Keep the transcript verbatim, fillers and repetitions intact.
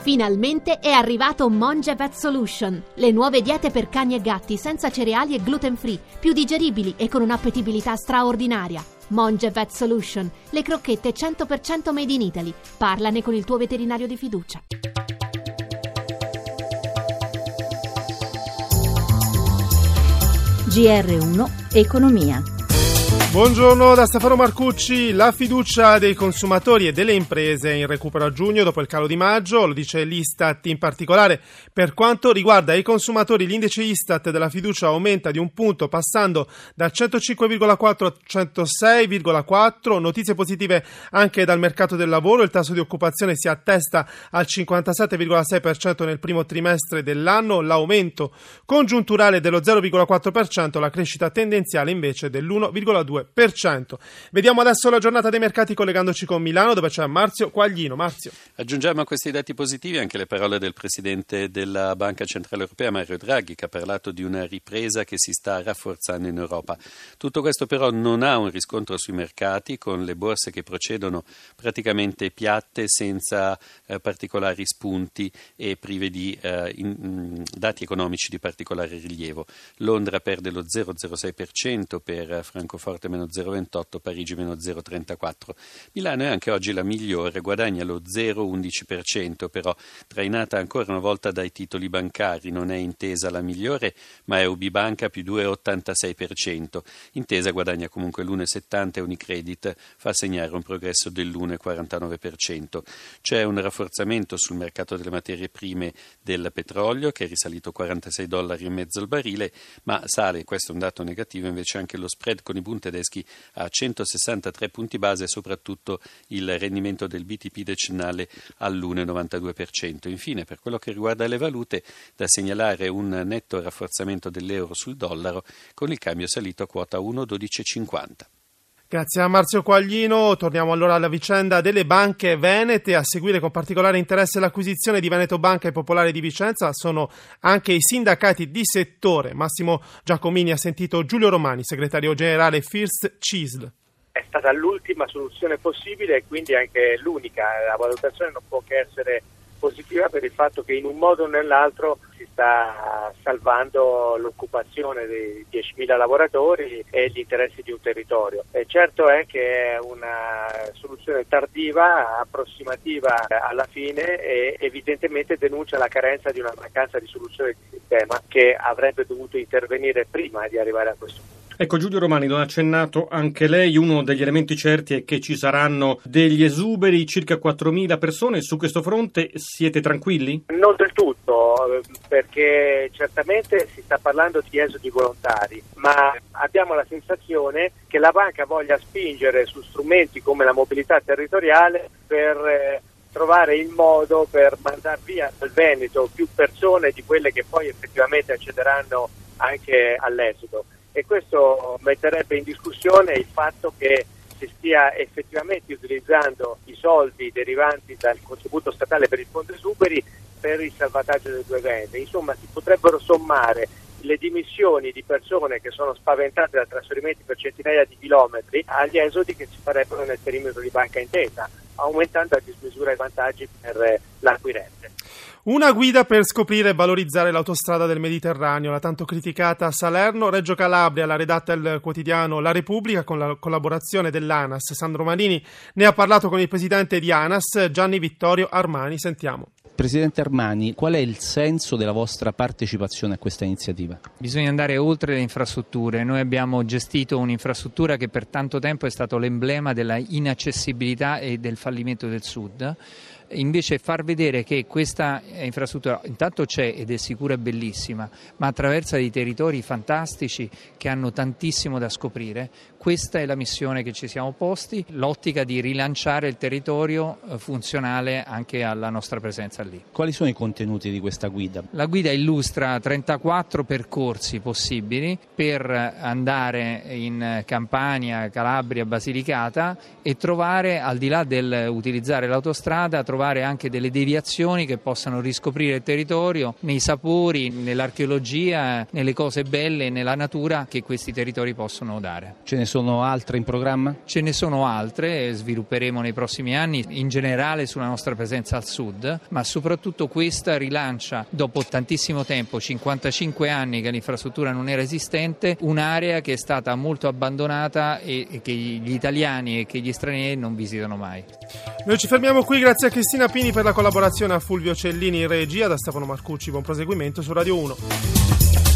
Finalmente è arrivato Monge Vet Solution, le nuove diete per cani e gatti senza cereali e gluten free, più digeribili e con un'appetibilità straordinaria. Monge Vet Solution, le crocchette cento per cento made in Italy. Parlane con il tuo veterinario di fiducia. G R uno Economia. Buongiorno da Stefano Marcucci. La fiducia dei consumatori e delle imprese è in recupero a giugno dopo il calo di maggio, lo dice l'Istat. In particolare per quanto riguarda i consumatori, l'indice Istat della fiducia aumenta di un punto passando da centocinque virgola quattro a centosei virgola quattro. Notizie positive anche dal mercato del lavoro, il tasso di occupazione si attesta al cinquantasette virgola sei per cento nel primo trimestre dell'anno, l'aumento congiunturale dello zero virgola quattro per cento, la crescita tendenziale invece dell'uno virgola due per cento. Vediamo adesso la giornata dei mercati collegandoci con Milano, dove c'è Marzio Quaglino. Marzio. Aggiungiamo a questi dati positivi anche le parole del presidente della Banca Centrale Europea, Mario Draghi, che ha parlato di una ripresa che si sta rafforzando in Europa. Tutto questo però non ha un riscontro sui mercati, con le borse che procedono praticamente piatte, senza eh, particolari spunti e prive di eh, in, in, dati economici di particolare rilievo. Londra perde lo zero virgola zero sei per cento, per Francoforte meno zero virgola ventotto, Parigi meno zero virgola trentaquattro. Milano è anche oggi la migliore, guadagna lo zero virgola undici per cento, però trainata ancora una volta dai titoli bancari. Non è Intesa la migliore, ma è U B Banca più due virgola ottantasei per cento. Intesa guadagna comunque l'uno virgola settanta e Unicredit fa segnare un progresso dell'uno virgola quarantanove per cento. C'è un rafforzamento sul mercato delle materie prime del petrolio, che è risalito quarantasei dollari e mezzo al barile, ma sale, questo è un dato negativo, invece anche lo spread con i Bund tedeschi a centosessantatré punti base e soprattutto il rendimento del B T P decennale all'uno virgola novantadue per cento. Infine, per quello che riguarda le valute, da segnalare un netto rafforzamento dell'euro sul dollaro, con il cambio salito a quota uno virgola dodici cinquanta. Grazie a Marzio Quaglino. Torniamo allora alla vicenda delle banche venete. A seguire con particolare interesse l'acquisizione di Veneto Banca e Popolare di Vicenza sono anche i sindacati di settore. Massimo Giacomini ha sentito Giulio Romani, segretario generale First C I S L. È stata l'ultima soluzione possibile e quindi anche l'unica. La valutazione non può che essere positiva per il fatto che in un modo o nell'altro si sta salvando l'occupazione dei diecimila lavoratori e gli interessi di un territorio. E certo è che è una soluzione tardiva, approssimativa alla fine, e evidentemente denuncia la carenza di una mancanza di soluzione di sistema che avrebbe dovuto intervenire prima di arrivare a questo punto. Ecco, Giulio Romani, lo ha accennato anche lei, uno degli elementi certi è che ci saranno degli esuberi, circa quattromila persone. Su questo fronte siete tranquilli? Non del tutto, perché certamente si sta parlando di esodi volontari, ma abbiamo la sensazione che la banca voglia spingere su strumenti come la mobilità territoriale per eh, trovare il modo per mandar via dal Veneto più persone di quelle che poi effettivamente accederanno anche all'esodo. E questo metterebbe in discussione il fatto che si stia effettivamente utilizzando i soldi derivanti dal contributo statale per il fondo esuberi per il salvataggio delle due vendite. Insomma, si potrebbero sommare le dimissioni di persone che sono spaventate da trasferimenti per centinaia di chilometri agli esodi che si farebbero nel perimetro di Banca Intesa, aumentando a dismisura i vantaggi per l'acquirente. Una guida per scoprire e valorizzare l'autostrada del Mediterraneo, la tanto criticata Salerno-Reggio Calabria, l'ha redatta il quotidiano La Repubblica con la collaborazione dell'ANAS. Sandro Manini ne ha parlato con il presidente di ANAS, Gianni Vittorio Armani. Sentiamo. Presidente Armani, qual è il senso della vostra partecipazione a questa iniziativa? Bisogna andare oltre le infrastrutture. Noi abbiamo gestito un'infrastruttura che per tanto tempo è stato l'emblema della inaccessibilità e del fallimento del Sud. Invece far vedere che questa infrastruttura intanto c'è ed è sicura e bellissima, ma attraversa dei territori fantastici che hanno tantissimo da scoprire, questa è la missione che ci siamo posti, l'ottica di rilanciare il territorio funzionale anche alla nostra presenza lì. Quali sono i contenuti di questa guida? La guida illustra trentaquattro percorsi possibili per andare in Campania, Calabria, Basilicata e trovare, al di là del utilizzare l'autostrada, trovare trovare anche delle deviazioni che possano riscoprire il territorio nei sapori, nell'archeologia, nelle cose belle, nella natura che questi territori possono dare. Ce ne sono altre in programma? Ce ne sono altre, svilupperemo nei prossimi anni, in generale sulla nostra presenza al sud, ma soprattutto questa rilancia, dopo tantissimo tempo, cinquantacinque anni che l'infrastruttura non era esistente, un'area che è stata molto abbandonata e, e che gli italiani e che gli stranieri non visitano mai. Noi ci fermiamo qui, grazie a Cristina Pini per la collaborazione, a Fulvio Cellini in regia, da Stefano Marcucci, buon proseguimento su Radio uno.